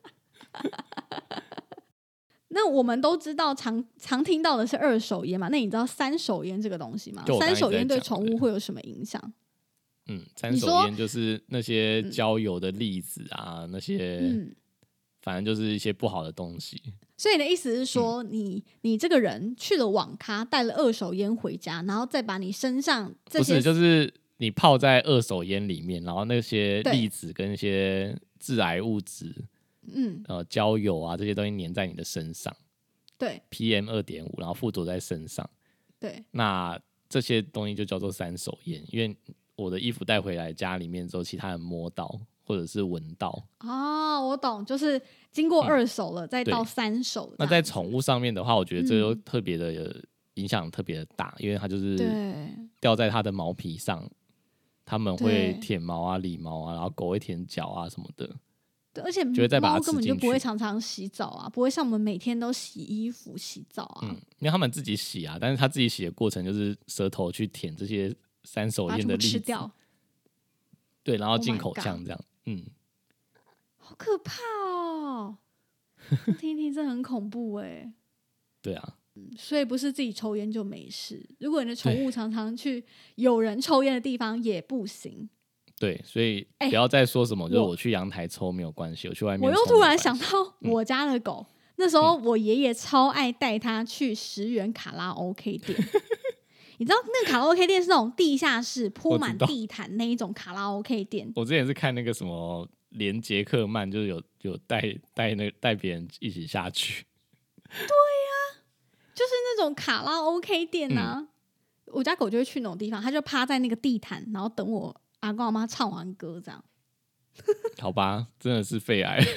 那我们都知道常常听到的是二手烟嘛，那你知道三手烟这个东西吗？三手烟对宠物会有什么影响？ 嗯，三手烟就是那些焦油的粒子啊，嗯、那些、嗯、反正就是一些不好的东西。 所以你的意思是说，嗯、你你这个人去了网咖，带了二手烟回家，然后再把你身上这些不是就是你泡在二手烟里面，然后那些粒子跟一些致癌物质嗯呃焦油啊这些东西粘在你的身上， 对 P M 二点五，然后附着在身上， 对， 那这些东西就叫做三手烟，因为我的衣服带回来家里面之后，其他人摸到或者是闻到。 哦，我懂，就是经过二手了，嗯、再到三手。 那在宠物上面的话，我觉得这就特别的影响特别的大，嗯、因为它就是掉在它的毛皮上，它们会舔毛啊、理毛啊，然后狗会舔脚啊什么的。 对，而且猫根本就不会常常洗澡啊，不会像我们每天都洗衣服、洗澡啊。嗯， 因为他们自己洗啊，但是他自己洗的过程就是舌头去舔这些三手烟的粒子，吃掉。对，然后进口腔这样。Oh、嗯， 好可怕哦！听听这很恐怖哎、欸。 对啊、 嗯，所以不是自己抽烟就没事，如果你的宠物常常去有人抽烟的地方也不行。 对，所以不要再说什么、欸、就是我去阳台抽没有关系，我去外面抽。 我又突然想到我家的狗，嗯、那时候我爷爷超爱带它去十元卡拉 OK 店。你知道那个卡拉 OK 店是那种地下室铺满地毯那一种卡拉 OK 店。 我之前是看那个什么连杰克曼，就是有有带带那带别人一起下去。 对呀、啊，就是那种卡拉 OK 店啊、嗯。我家狗就会去那种地方，它就趴在那个地毯，然后等我阿公阿妈唱完歌这样。 好吧，真的是肺癌。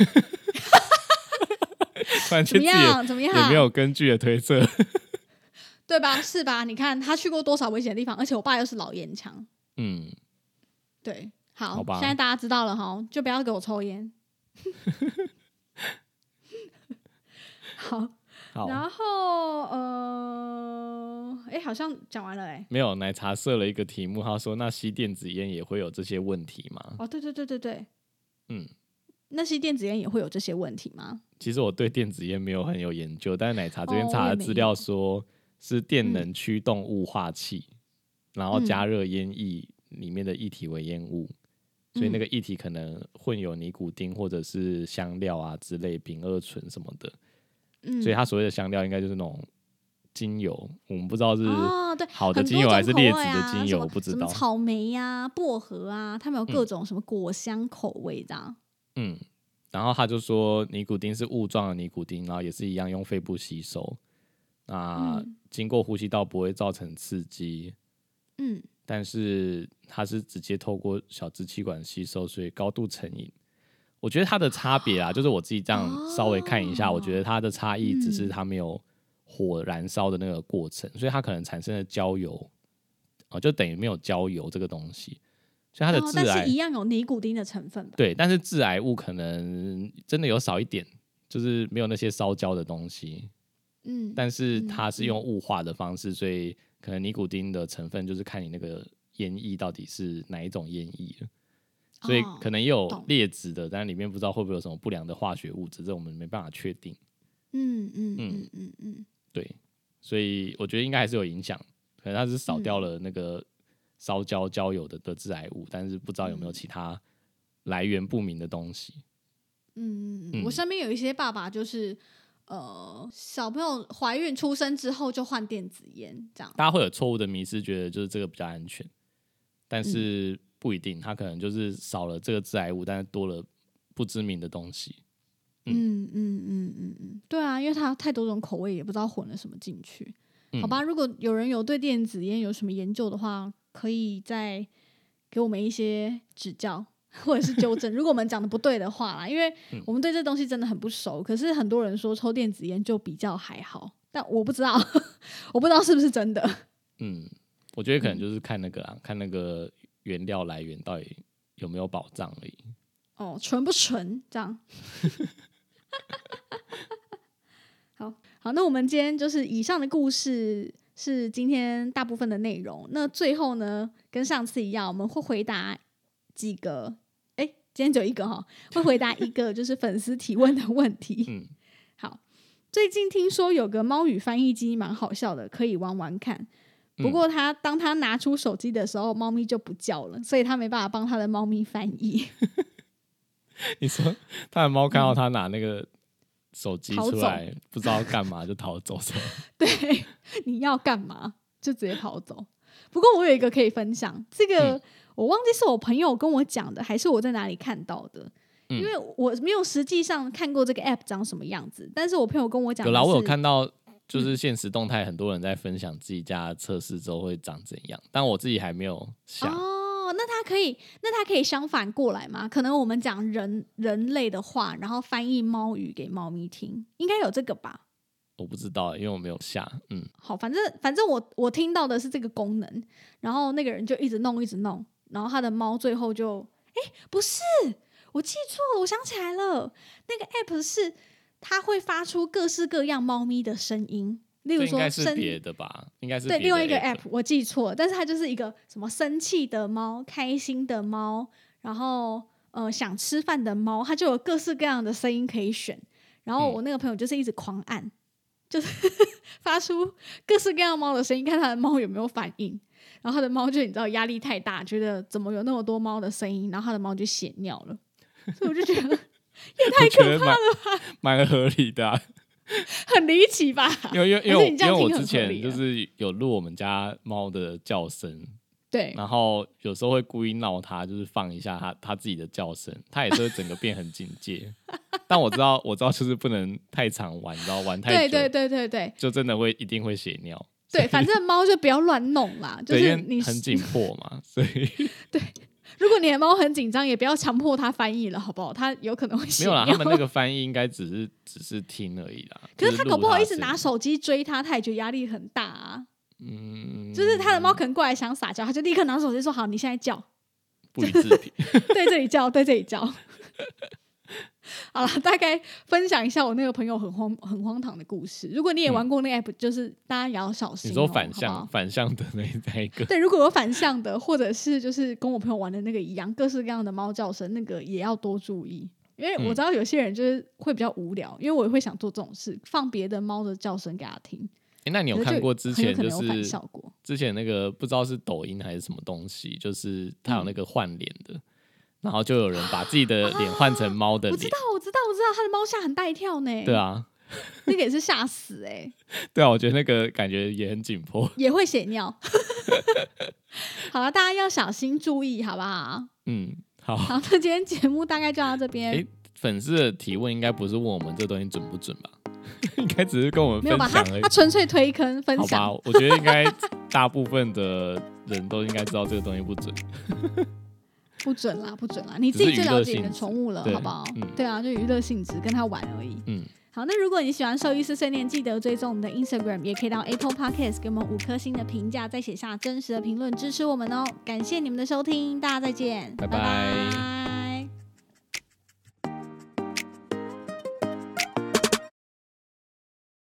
突然怎么样？怎么样？ 也没有根据的推测。 对吧？是吧？你看他去过多少危险的地方，而且我爸又是老烟枪。嗯，对，好，好吧，现在大家知道了哈，就不要给我抽烟。好，好，然后呃，哎，好像讲完了哎、欸。 没有，奶茶设了一个题目，他说：“那吸电子烟也会有这些问题吗？” 哦，对对对对对，嗯，那吸电子烟也会有这些问题吗？ 其实我对电子烟没有很有研究，但是奶茶这边查的资料说。哦，是电能驱动雾化器、嗯、然后加热烟液里面的液体为烟雾、嗯、所以那个液体可能混有尼古丁或者是香料啊之类丙二醇什么的、嗯、所以它所谓的香料应该就是那种精油，我们不知道是好的精油还是劣质的精油、 哦啊、 我不知道。 什么草莓啊薄荷啊，他们有各种什么果香口味这样。 嗯，然后他就说尼古丁是雾状的尼古丁，然后也是一样用肺部吸收，那经过呼吸道不会造成刺激，嗯，但是它是直接透过小支气管吸收，所以高度成瘾。我觉得它的差别啊，就是我自己这样稍微看一下，哦、我觉得它的差异只是它没有火燃烧的那个过程，嗯、所以它可能产生的焦油，哦，就等于没有焦油这个东西，所以它的致癌、哦、 但是一样有尼古丁的成分吧？ 对，但是致癌物可能真的有少一点，就是没有那些烧焦的东西。嗯，但是它是用雾化的方式、嗯嗯，所以可能尼古丁的成分就是看你那个烟液到底是哪一种烟液了，所以可能也有劣质的，但里面不知道会不会有什么不良的化学物质，这我们没办法确定。嗯嗯嗯嗯嗯，对，所以我觉得应该还是有影响，可能它是少掉了那个烧焦焦油的的致癌物，但是不知道有没有其他来源不明的东西。 嗯嗯嗯，我身边有一些爸爸就是。呃，小朋友怀孕出生之后就换电子烟，这样大家会有错误的迷思，觉得就是这个比较安全，但是不一定，它可能就是少了这个致癌物，但是多了不知名的东西。 嗯嗯嗯嗯嗯，对啊，因为它太多种口味，也不知道混了什么进去。嗯、好吧，如果有人有对电子烟有什么研究的话，可以再给我们一些指教。或者是纠正，如果我们讲的不对的话啦，因为我们对这东西真的很不熟。可是很多人说抽电子烟就比较还好，但我不知道，我不知道是不是真的。嗯， 我觉得可能就是看那个啦，嗯、看那个原料来源到底有没有保障而已。 哦，纯不纯这样？好好，那我们今天就是以上的故事是今天大部分的内容。那最后呢，跟上次一样，我们会回答几个。今天只有一个哈，会回答一个就是粉丝提问的问题。嗯，好，最近听说有个猫语翻译机蛮好笑的，可以玩玩看。不过他当他拿出手机的时候，猫咪就不叫了，所以他没办法帮他的猫咪翻译。 你说他的猫看到他拿那个手机出来，不知道干嘛就逃走是吗？ 对，你要干嘛就直接跑走。不过我有一个可以分享，这个、嗯、我忘记是我朋友跟我讲的，还是我在哪里看到的。 嗯、因为我没有实际上看过这个 app 长什么样子，但是我朋友跟我讲， 有啦，我有看到就是现实动态很多人在分享自己家测试之后会长怎样，但我自己还没有下。 哦，那它可以，那它可以相反过来吗？可能我们讲人人类的话，然后翻译猫语给猫咪听，应该有这个吧？ 我不知道，因为我没有下。嗯， 好，反正反正我我听到的是这个功能，然后那个人就一直弄一直弄，然后他的猫最后就，哎，不是，我记错了，我想起来了，那个 app 是它会发出各式各样猫咪的声音。例如说应该是别的吧，应该是别的 app， 对另外一个 app 我记错了，但是它就是一个什么生气的猫、开心的猫，然后呃想吃饭的猫，它就有各式各样的声音可以选。然后我那个朋友就是一直狂按，嗯、就是发出各式各样猫的声音，看他的猫有没有反应。然后他的猫就你知道压力太大，觉得怎么有那么多猫的声音，然后他的猫就血尿了。所以我就觉得也太可怕了吧， 蛮合理的、啊。 很离奇吧？ 因为因为因为因为我之前就是有录我们家猫的叫声， 对， 然后有时候会故意闹它，就是放一下它它自己的叫声，它也是会整个变很警戒。但我知道我知道就是不能太常玩，你知道玩太久， 对对对对对， 就真的会一定会血尿。 对，反正猫就不要乱弄啦，就是你很紧迫嘛，所以对。如果你的猫很紧张，也不要强迫它翻译了，好不好？它有可能会血尿。 没有啦，他们那个翻译应该只是只是听而已啦。 可是他搞不好一直拿手机追它，他也觉得压力很大啊。嗯，就是他的猫可能过来想撒娇，他就立刻拿手机说：“好，你现在叫。” 不予置评。 对这里叫，对这里叫。好了，大概分享一下我那个朋友很荒很荒唐的故事。如果你也玩过那个 app，、嗯、就是大家也要小心、哦。 你说反向好好反向的那那一个？ 对，如果有反向的，或者是就是跟我朋友玩的那个一样，各式各样的猫叫声，那个也要多注意。因为我知道有些人就是会比较无聊，嗯、因为我也会想做这种事，放别的猫的叫声给他听。 欸、那你有看过之前就是效果之前那个不知道是抖音还是什么东西，就是他有那个换脸的。嗯，然后就有人把自己的脸换成猫的脸、啊， 我知道，我知道，我知道，他的猫吓很大一跳呢。 对啊， 那个也是吓死哎、欸。 对啊，我觉得那个感觉也很紧迫， 也会血尿。好了，大家要小心注意，好不好？ 嗯，好。 好，那今天节目大概就到这边。 哎，粉丝的提问应该不是问我们这东西准不准吧？应该只是跟我们分享而已。 没有吧？他他纯粹推坑分享。 好吧，我觉得应该大部分的人都应该知道这个东西不准。 不准啦，不准啦！你自己最了解你的宠物了，好不好？嗯、对啊，就娱乐性质，跟他玩而已。嗯，好，那如果你喜欢兽医师碎念，记得追踪我们的 Instagram， 也可以到 Apple Podcast 给我们五颗星的评价，再写下真实的评论支持我们哦。感谢你们的收听，大家再见， 拜拜。拜拜。